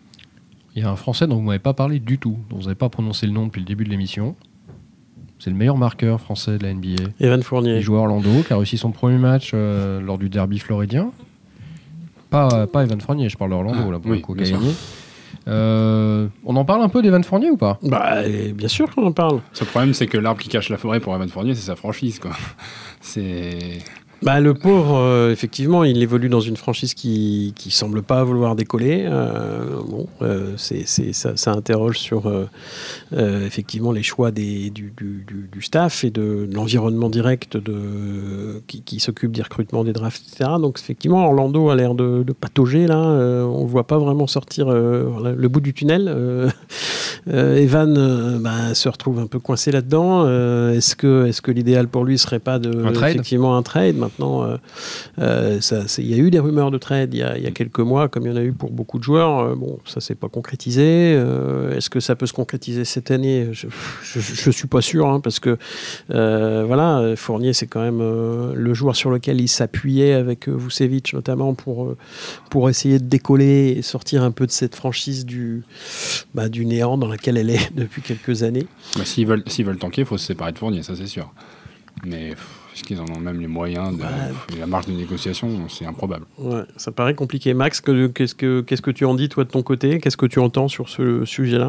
Il y a un Français dont vous ne m'avez pas parlé du tout, dont vous n'avez pas prononcé le nom depuis le début de l'émission. C'est le meilleur marqueur français de la N B A.
Evan Fournier.
Il joue à Orlando, qui a réussi son premier match euh, lors du derby floridien. Pas, pas Evan Fournier, je parle d'Orlando, ah, là, pour oui, le coup, qui a gagné. Euh, on en parle un peu d'Evan Fournier ou pas?
Bah, bien sûr qu'on en parle.
Ce problème, c'est que l'arbre qui cache la forêt pour Evan Fournier, c'est sa franchise, quoi. C'est...
Bah, le pauvre, euh, effectivement, il évolue dans une franchise qui qui semble pas vouloir décoller. Euh, bon, euh, c'est, c'est, ça, ça interroge sur euh, euh, effectivement les choix des, du, du, du, du staff et de, de l'environnement direct de, qui, qui s'occupe des recrutements, des drafts, et cetera. Donc, effectivement, Orlando a l'air de, de patauger, là. Euh, on ne voit pas vraiment sortir euh, le bout du tunnel. Euh, euh, Evan euh, bah, se retrouve un peu coincé là-dedans. Euh, est-ce que, est-ce que l'idéal pour lui ne serait pas de,
un trade
effectivement un trade? Maintenant, euh, euh, ça, il y a eu des rumeurs de trade il y a, il y a quelques mois, comme il y en a eu pour beaucoup de joueurs. Euh, bon, ça s'est pas concrétisé. Euh, est-ce que ça peut se concrétiser cette année? Je, je, je suis pas sûr, hein, parce que euh, voilà, Fournier, c'est quand même euh, le joueur sur lequel il s'appuyait avec euh, Vucevic notamment pour euh, pour essayer de décoller et sortir un peu de cette franchise du bah, du néant dans laquelle elle est depuis quelques années.
Bah, s'ils veulent s'ils veulent tanker, il faut se séparer de Fournier, ça c'est sûr. Mais est-ce qu'ils en ont même les moyens de, ouais. La marge de négociation, c'est improbable.
Ouais, ça paraît compliqué. Max, que, qu'est-ce, que, qu'est-ce que tu en dis, toi, de ton côté? Qu'est-ce que tu entends sur ce sujet-là?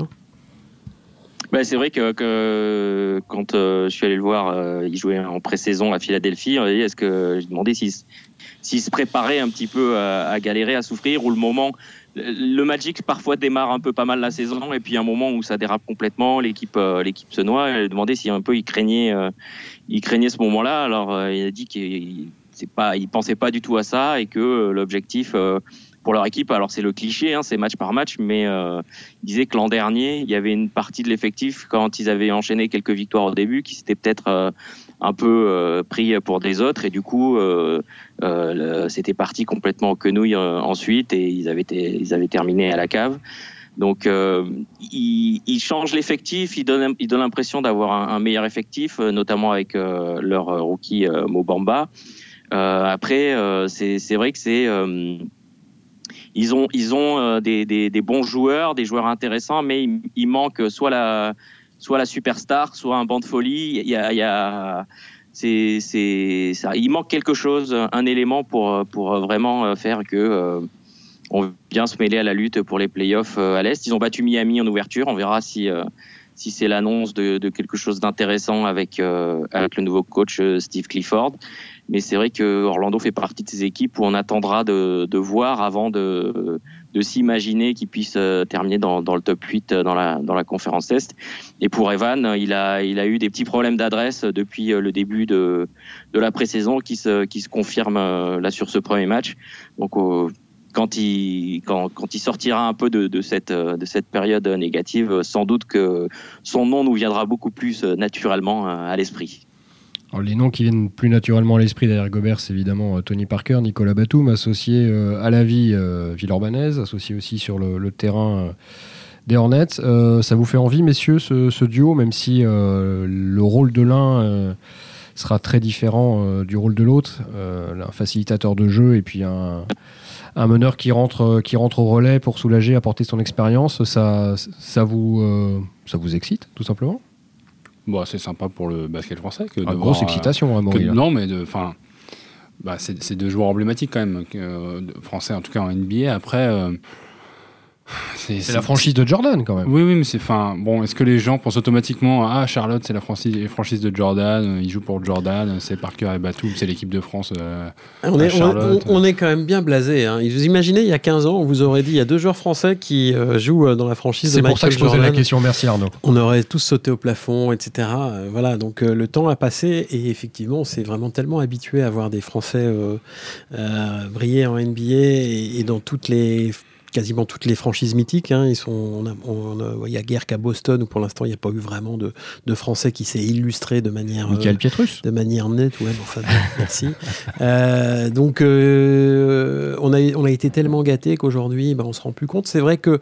Bah, c'est vrai que, que quand euh, je suis allé le voir, euh, il jouait en pré-saison à Philadelphie. Est-ce que j'ai demandé s'il, s'il se préparait un petit peu à, à galérer, à souffrir, ou le moment... Le Magic parfois démarre un peu pas mal la saison et puis un moment où ça dérape complètement, l'équipe euh, l'équipe se noie. Elle demandait si un peu il craignait euh, il craignait ce moment-là. Alors euh, il a dit qu'il c'est pas il pensait pas du tout à ça et que euh, l'objectif euh, pour leur équipe, alors c'est le cliché, hein, c'est match par match, mais euh, il disait que l'an dernier il y avait une partie de l'effectif quand ils avaient enchaîné quelques victoires au début qui s'était peut-être euh, un peu euh, pris pour des autres et du coup euh, euh, le, c'était parti complètement en quenouille euh, ensuite et ils avaient été, ils avaient terminé à la cave. Donc euh, ils, ils changent l'effectif, ils donnent ils donnent l'impression d'avoir un, un meilleur effectif, euh, notamment avec euh, leur rookie euh, Mo Bamba. Euh, après euh, c'est c'est vrai que c'est euh, ils ont ils ont euh, des, des des bons joueurs, des joueurs intéressants, mais il, il manque soit la soit la superstar, soit un banc de folie. Il y a, il y a, c'est, c'est, ça, il manque quelque chose, un élément pour, pour vraiment faire que euh, on vient se mêler à la lutte pour les playoffs à l'Est. Ils ont battu Miami en ouverture. On verra si, euh, si c'est l'annonce de, de quelque chose d'intéressant avec, euh, avec le nouveau coach Steve Clifford. Mais c'est vrai que Orlando fait partie de ces équipes où on attendra de, de voir avant de, de s'imaginer qu'ils puissent terminer dans, dans le top huit dans la, dans la conférence Est. Et pour Evan, il a, il a eu des petits problèmes d'adresse depuis le début de, de la pré-saison qui se, qui se confirment là sur ce premier match. Donc, euh, quand il, quand, quand il sortira un peu de, de, cette, de cette période négative, sans doute que son nom nous viendra beaucoup plus naturellement à l'esprit.
Alors, les noms qui viennent plus naturellement à l'esprit derrière Gobert, c'est évidemment Tony Parker, Nicolas Batum, associé euh, à la vie euh, villeurbannaise, associé aussi sur le, le terrain euh, des Hornets. Euh, ça vous fait envie, messieurs, ce, ce duo, même si euh, le rôle de l'un euh, sera très différent euh, du rôle de l'autre, euh, un facilitateur de jeu et puis un, un meneur qui rentre, qui rentre au relais pour soulager, apporter son expérience, ça, ça, vous, euh, ça vous excite, tout simplement ?
Bon, c'est sympa pour le basket français. Que
ah,
de
grosse
voir,
excitation, vraiment.
Que, non, mais de, bah, c'est, c'est deux joueurs emblématiques quand même, euh, français en tout cas en N B A. Après, euh,
c'est, c'est, c'est la franchise de Jordan quand même.
Oui, oui, mais c'est fin. Bon, est-ce que les gens pensent automatiquement ah Charlotte, c'est la franchise, la franchise de Jordan, il joue pour Jordan, c'est Parker et Batum, c'est l'équipe de France. Euh,
on, est, on, on est quand même bien blasé. Hein. Vous imaginez, il y a quinze ans, on vous aurait dit il y a deux joueurs français qui euh, jouent dans la franchise
c'est
de Michael Jordan.
C'est pour ça que je posais la question. Merci Arnaud.
On aurait tous sauté au plafond, et cetera. Euh, voilà, donc euh, le temps a passé et effectivement, on s'est vraiment tellement habitué à voir des Français euh, euh, briller en N B A et, et dans toutes les quasiment toutes les franchises mythiques. Hein, ils sont, on a, on a, il y a guère qu'à Boston où pour l'instant il n'y a pas eu vraiment de, de Français qui s'est illustré de manière,
Michael euh, Pietrus,
de manière nette. Ouais, enfin, merci. euh, donc euh, on a, on a été tellement gâtés qu'aujourd'hui, ben, on se rend plus compte. C'est vrai que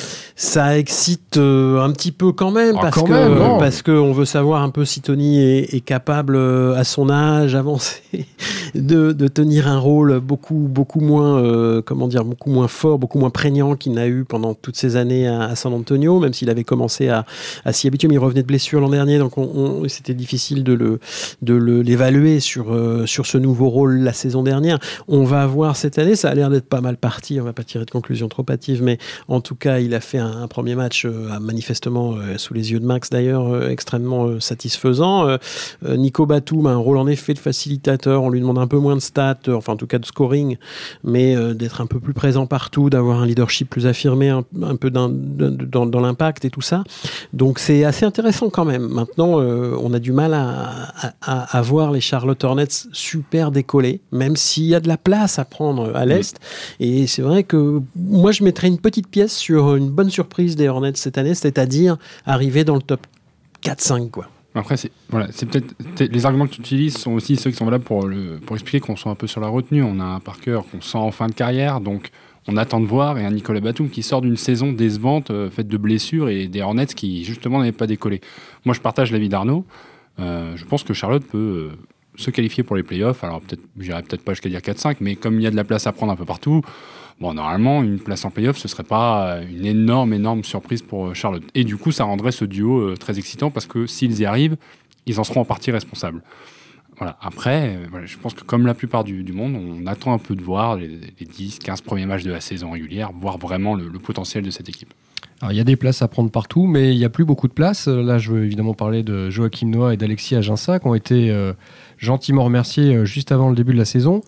ça excite euh, un petit peu quand même, ah, parce, quand que, même euh, parce que on veut savoir un peu si Tony est, est capable euh, à son âge avancé de, de tenir un rôle beaucoup, beaucoup moins, euh, comment dire, beaucoup moins fort, beaucoup moins prégnant qu'il n'a eu pendant toutes ces années à, à San Antonio, même s'il avait commencé à, à s'y habituer, mais il revenait de blessure l'an dernier, donc on, on, c'était difficile de, le, de le, l'évaluer sur, euh, sur ce nouveau rôle la saison dernière. On va voir cette année, ça a l'air d'être pas mal parti, on va pas tirer de conclusion trop hâtive, mais en tout cas, il a fait un, un premier match euh, manifestement, euh, sous les yeux de Max d'ailleurs, euh, extrêmement euh, satisfaisant. Euh, euh, Nico Batum a un rôle en effet de facilitateur, on lui demande un peu moins de stats, euh, enfin en tout cas de scoring, mais euh, d'être un peu plus présent partout, d'avoir un leadership plus affirmé, un, un peu dans, dans, dans l'impact et tout ça. Donc c'est assez intéressant quand même. Maintenant, euh, on a du mal à, à, à voir les Charlotte Hornets super décollés, même s'il y a de la place à prendre à l'Est. Oui. Et c'est vrai que moi, je mettrais une petite pièce sur une bonne surprise des Hornets cette année, c'est-à-dire arriver dans le top quatre cinq, quoi.
Après, c'est, voilà, c'est peut-être, les arguments que tu utilises sont aussi ceux qui sont valables pour, le, pour expliquer qu'on soit un peu sur la retenue. On a un Parker qu'on sent en fin de carrière, donc on attend de voir, et un Nicolas Batum qui sort d'une saison décevante, euh, faite de blessures, et des Hornets qui, justement, n'avaient pas décollé. Moi, je partage l'avis d'Arnaud. Euh, je pense que Charlotte peut euh, se qualifier pour les playoffs. Alors, peut-être, j'irai peut-être pas jusqu'à dire quatre cinq, mais comme il y a de la place à prendre un peu partout, bon, normalement, une place en playoff, ce serait pas une énorme, énorme surprise pour Charlotte. Et du coup, ça rendrait ce duo euh, très excitant, parce que s'ils y arrivent, ils en seront en partie responsables. Voilà. Après, voilà, je pense que comme la plupart du, du monde, on attend un peu de voir les, les dix quinze premiers matchs de la saison régulière, voir vraiment le, le potentiel de cette équipe.
Alors, il y a des places à prendre partout, mais il n'y a plus beaucoup de places. Là, je veux évidemment parler de Joachim Noah et d'Alexis Aginsa, qui ont été euh, gentiment remerciés euh, juste avant le début de la saison.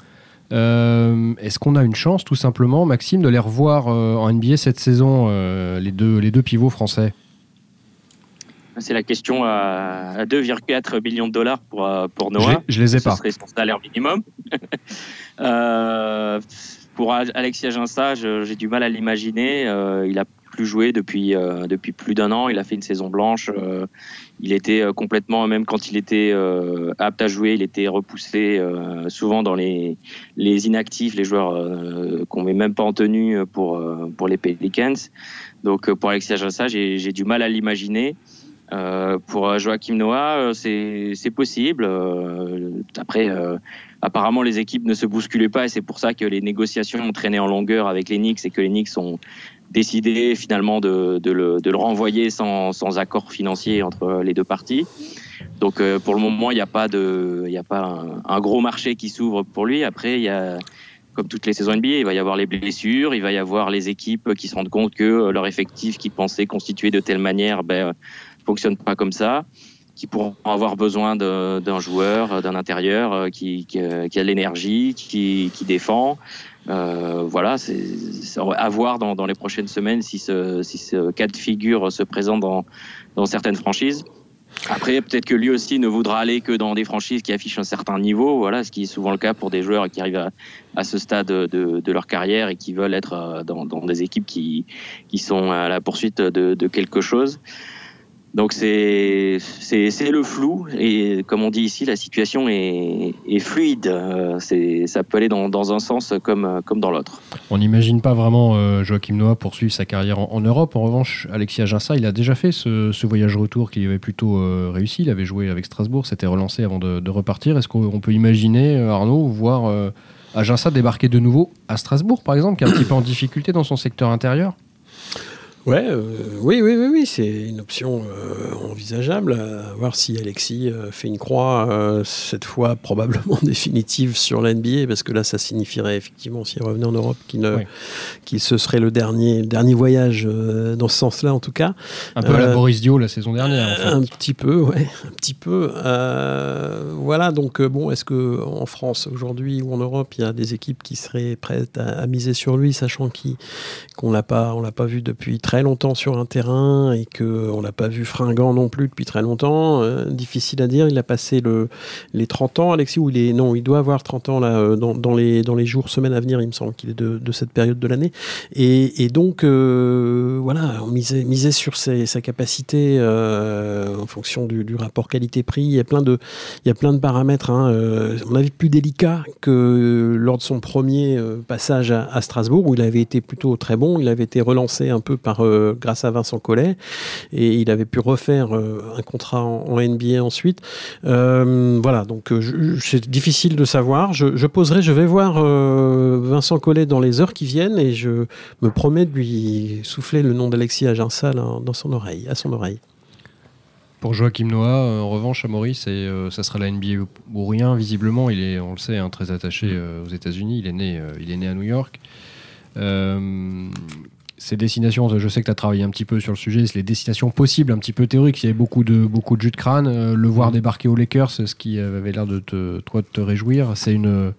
Euh, est-ce qu'on a une chance, tout simplement, Maxime, de les revoir euh, en N B A cette saison, euh, les, deux, les deux pivots français ?
C'est la question à deux virgule quatre millions de dollars pour, pour Noah.
Je, je les ai pas.
Ce serait son salaire minimum. euh, pour Alexis Aginsa, j'ai du mal à l'imaginer. Euh, il a plus joué depuis euh, depuis plus d'un an. Il a fait une saison blanche. Euh, il était euh, complètement, même quand il était euh, apte à jouer, il était repoussé euh, souvent dans les les inactifs, les joueurs euh, qu'on met même pas en tenue pour euh, pour les Pelicans. Donc pour Alexis Ajassa, j'ai j'ai du mal à l'imaginer. Euh, pour Joakim Noah, c'est c'est possible. Euh, après, euh, apparemment, les équipes ne se bousculaient pas et c'est pour ça que les négociations ont traîné en longueur avec les Knicks et que les Knicks ont décidé finalement de, de, le, de le renvoyer sans, sans accord financier entre les deux parties. Donc, euh, pour le moment, il n'y a pas de, il n'y a pas un, un gros marché qui s'ouvre pour lui. Après, il y a, comme toutes les saisons N B A, il va y avoir les blessures, il va y avoir les équipes qui se rendent compte que leur effectif qu'ils pensaient constitué de telle manière, ben fonctionne pas comme ça, qui pourront avoir besoin de, d'un joueur, d'un intérieur qui, qui, qui a de l'énergie, qui, qui défend. Euh, voilà, c'est, c'est à voir dans, dans les prochaines semaines si ce, si ce cas de figure se présente dans, dans certaines franchises. Après, peut-être que lui aussi ne voudra aller que dans des franchises qui affichent un certain niveau, voilà, ce qui est souvent le cas pour des joueurs qui arrivent à, à ce stade de, de leur carrière et qui veulent être dans, dans des équipes qui, qui sont à la poursuite de, de quelque chose. Donc c'est, c'est, c'est le flou et comme on dit ici, la situation est, est fluide. Euh, c'est, ça peut aller dans, dans un sens comme, comme dans l'autre.
On n'imagine pas vraiment euh, Joakim Noah poursuivre sa carrière en, en Europe. En revanche, Alexis Ajassa, il a déjà fait ce, ce voyage retour qui avait plutôt euh, réussi. Il avait joué avec Strasbourg, s'était relancé avant de, de repartir. Est-ce qu'on peut imaginer, euh, Arnaud, voir euh, Ajassa débarquer de nouveau à Strasbourg, par exemple, qui est un petit peu en difficulté dans son secteur intérieur ?
Ouais, euh, oui, oui, oui, oui, c'est une option euh, envisageable. À voir si Alexis euh, fait une croix, euh, cette fois probablement définitive sur la N B A, parce que là, ça signifierait effectivement, s'il revenait en Europe, qu'il, ne, oui. qu'il ce serait le dernier, le dernier voyage euh, dans ce sens-là, en tout cas.
Un peu euh, à la Boris Dio la saison dernière, en fait.
Un petit peu, ouais, un petit peu. Euh, voilà, donc bon, est-ce qu'en France, aujourd'hui, ou en Europe, il y a des équipes qui seraient prêtes à, à miser sur lui, sachant qu'il, qu'on l'a pas, on l'a pas vu depuis très longtemps sur un terrain et qu'on l'a pas vu fringant non plus depuis très longtemps. Euh, difficile à dire. Il a passé le, les trente ans, Alexis, ou il est, non, il doit avoir trente ans là, dans, dans, les, dans les jours, semaines à venir, il me semble qu'il est de, de cette période de l'année. Et, et donc, euh, voilà, on misait, misait sur ses, sa capacité euh, en fonction du, du rapport qualité-prix. Il y a plein de, il y a plein de paramètres, hein, euh, on avait plus délicat que lors de son premier passage à, à Strasbourg, où il avait été plutôt très bon. Il avait été relancé un peu par Euh, grâce à Vincent Collet et il avait pu refaire euh, un contrat en, en N B A ensuite. Euh, voilà, donc euh, je, c'est difficile de savoir. Je, je poserai, je vais voir euh, Vincent Collet dans les heures qui viennent et je me promets de lui souffler le nom d'Alexis Ajassa là, dans son oreille, à son oreille.
Pour Joakim Noah, en revanche, à Maurice, et, euh, ça sera la N B A ou rien. Visiblement, il est, on le sait, hein, très attaché euh, aux États-Unis. Il est né, euh, il est né à New York. Euh, Ces destinations, je sais que tu as travaillé un petit peu sur le sujet, c'est les destinations possibles, un petit peu théoriques. Il y avait beaucoup de, beaucoup de jus de crâne. Euh, le voir débarquer aux Lakers, c'est ce qui avait l'air de te, toi, de te réjouir. C'est une,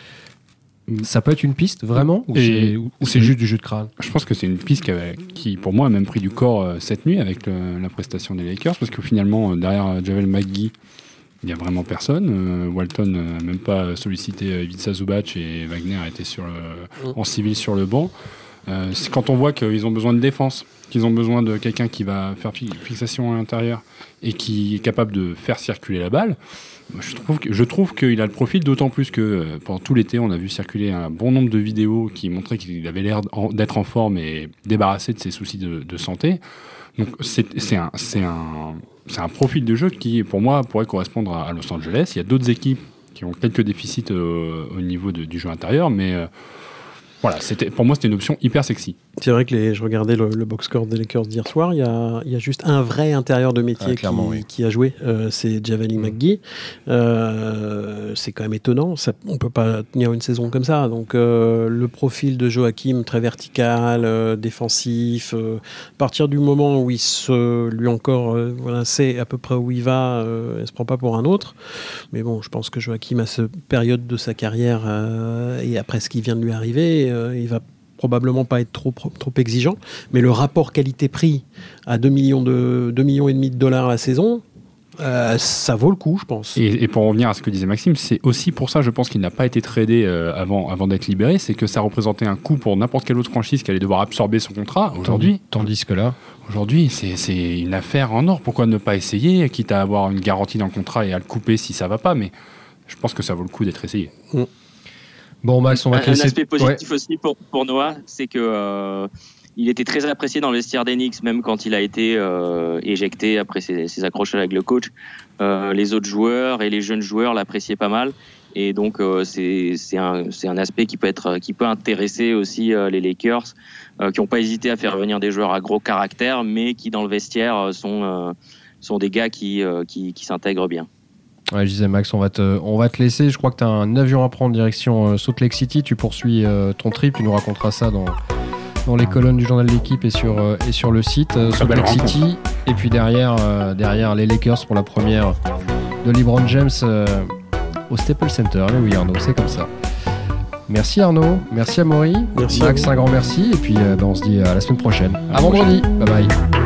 ça peut être une piste, vraiment, ou c'est, ou c'est juste du jus de crâne?
Je pense que c'est une piste qui, avait, qui pour moi, a même pris du corps euh, cette nuit avec le, la prestation des Lakers, parce que finalement, euh, derrière Javel McGee, il n'y a vraiment personne. Euh, Walton n'a même pas sollicité Ivica Zubac et Wagner était sur le, en civil sur le banc. Euh, c'est quand on voit qu'ils ont besoin de défense, qu'ils ont besoin de quelqu'un qui va faire fi- fixation à l'intérieur et qui est capable de faire circuler la balle. Je trouve, que, je trouve qu'il a le profil, d'autant plus que euh, pendant tout l'été, on a vu circuler un bon nombre de vidéos qui montraient qu'il avait l'air d'être en forme et débarrassé de ses soucis de, de santé. Donc c'est, c'est, un, c'est, un, c'est un profil de jeu qui, pour moi, pourrait correspondre à, à Los Angeles. Il y a d'autres équipes qui ont quelques déficits euh, au niveau de, du jeu intérieur, mais... Euh, Voilà, c'était, pour moi, c'était une option hyper sexy.
C'est vrai que les, je regardais le, le box score des Lakers d'hier soir, il y a, il y a juste un vrai intérieur de métier ah, qui, oui. qui a joué, euh, c'est Javale McGee. Euh, c'est quand même étonnant, ça, on ne peut pas tenir une saison comme ça. Donc euh, le profil de Joakim, très vertical, euh, défensif, euh, à partir du moment où il se, lui encore euh, voilà, sait à peu près où il va, euh, il ne se prend pas pour un autre. Mais bon, je pense que Joakim, à cette période de sa carrière, euh, et après ce qui vient de lui arriver, euh, il va probablement pas être trop, trop exigeant, mais le rapport qualité-prix à deux millions de, deux millions et demi de dollars la saison, Euh, ça vaut le coup, je pense.
Et, et pour revenir à ce que disait Maxime, c'est aussi pour ça, je pense, qu'il n'a pas été tradé euh, avant, avant d'être libéré, c'est que ça représentait un coût pour n'importe quelle autre franchise qui allait devoir absorber son contrat. Aujourd'hui,
tandis que là,
aujourd'hui, c'est, c'est une affaire en or. Pourquoi ne pas essayer, quitte à avoir une garantie dans le contrat et à le couper si ça va pas, mais je pense que ça vaut le coup d'être essayé.
Mm.
Bon, Max, on va te
un,
laisser.
un aspect positif
ouais.
aussi pour, pour Noah, c'est que euh, il était très apprécié dans le vestiaire des Knicks, même quand il a été euh, éjecté après ses, ses accrochages avec le coach. Euh, les autres joueurs et les jeunes joueurs l'appréciaient pas mal. Et donc, euh, c'est, c'est, un, c'est un aspect qui peut, être, qui peut intéresser aussi euh, les Lakers, euh, qui n'ont pas hésité à faire venir des joueurs à gros caractère, mais qui, dans le vestiaire, sont, euh, sont des gars qui, euh, qui, qui s'intègrent bien.
Ouais, je disais, Max, on va te, on va te laisser. Je crois que tu as un avion à prendre direction euh, Salt Lake City. Tu poursuis euh, ton trip. Tu nous raconteras ça dans, dans les colonnes du journal de l'équipe et sur, euh, et sur le site euh, Salt Lake City. Et puis derrière, euh, derrière les Lakers pour la première de LeBron James euh, au Staples Center. Mais oui, Arnaud, c'est comme ça. Merci Arnaud, merci Amaury.
Merci
Max, un grand merci. Et puis euh, bah, on se dit à la semaine prochaine. À, à vendredi. Bye bye.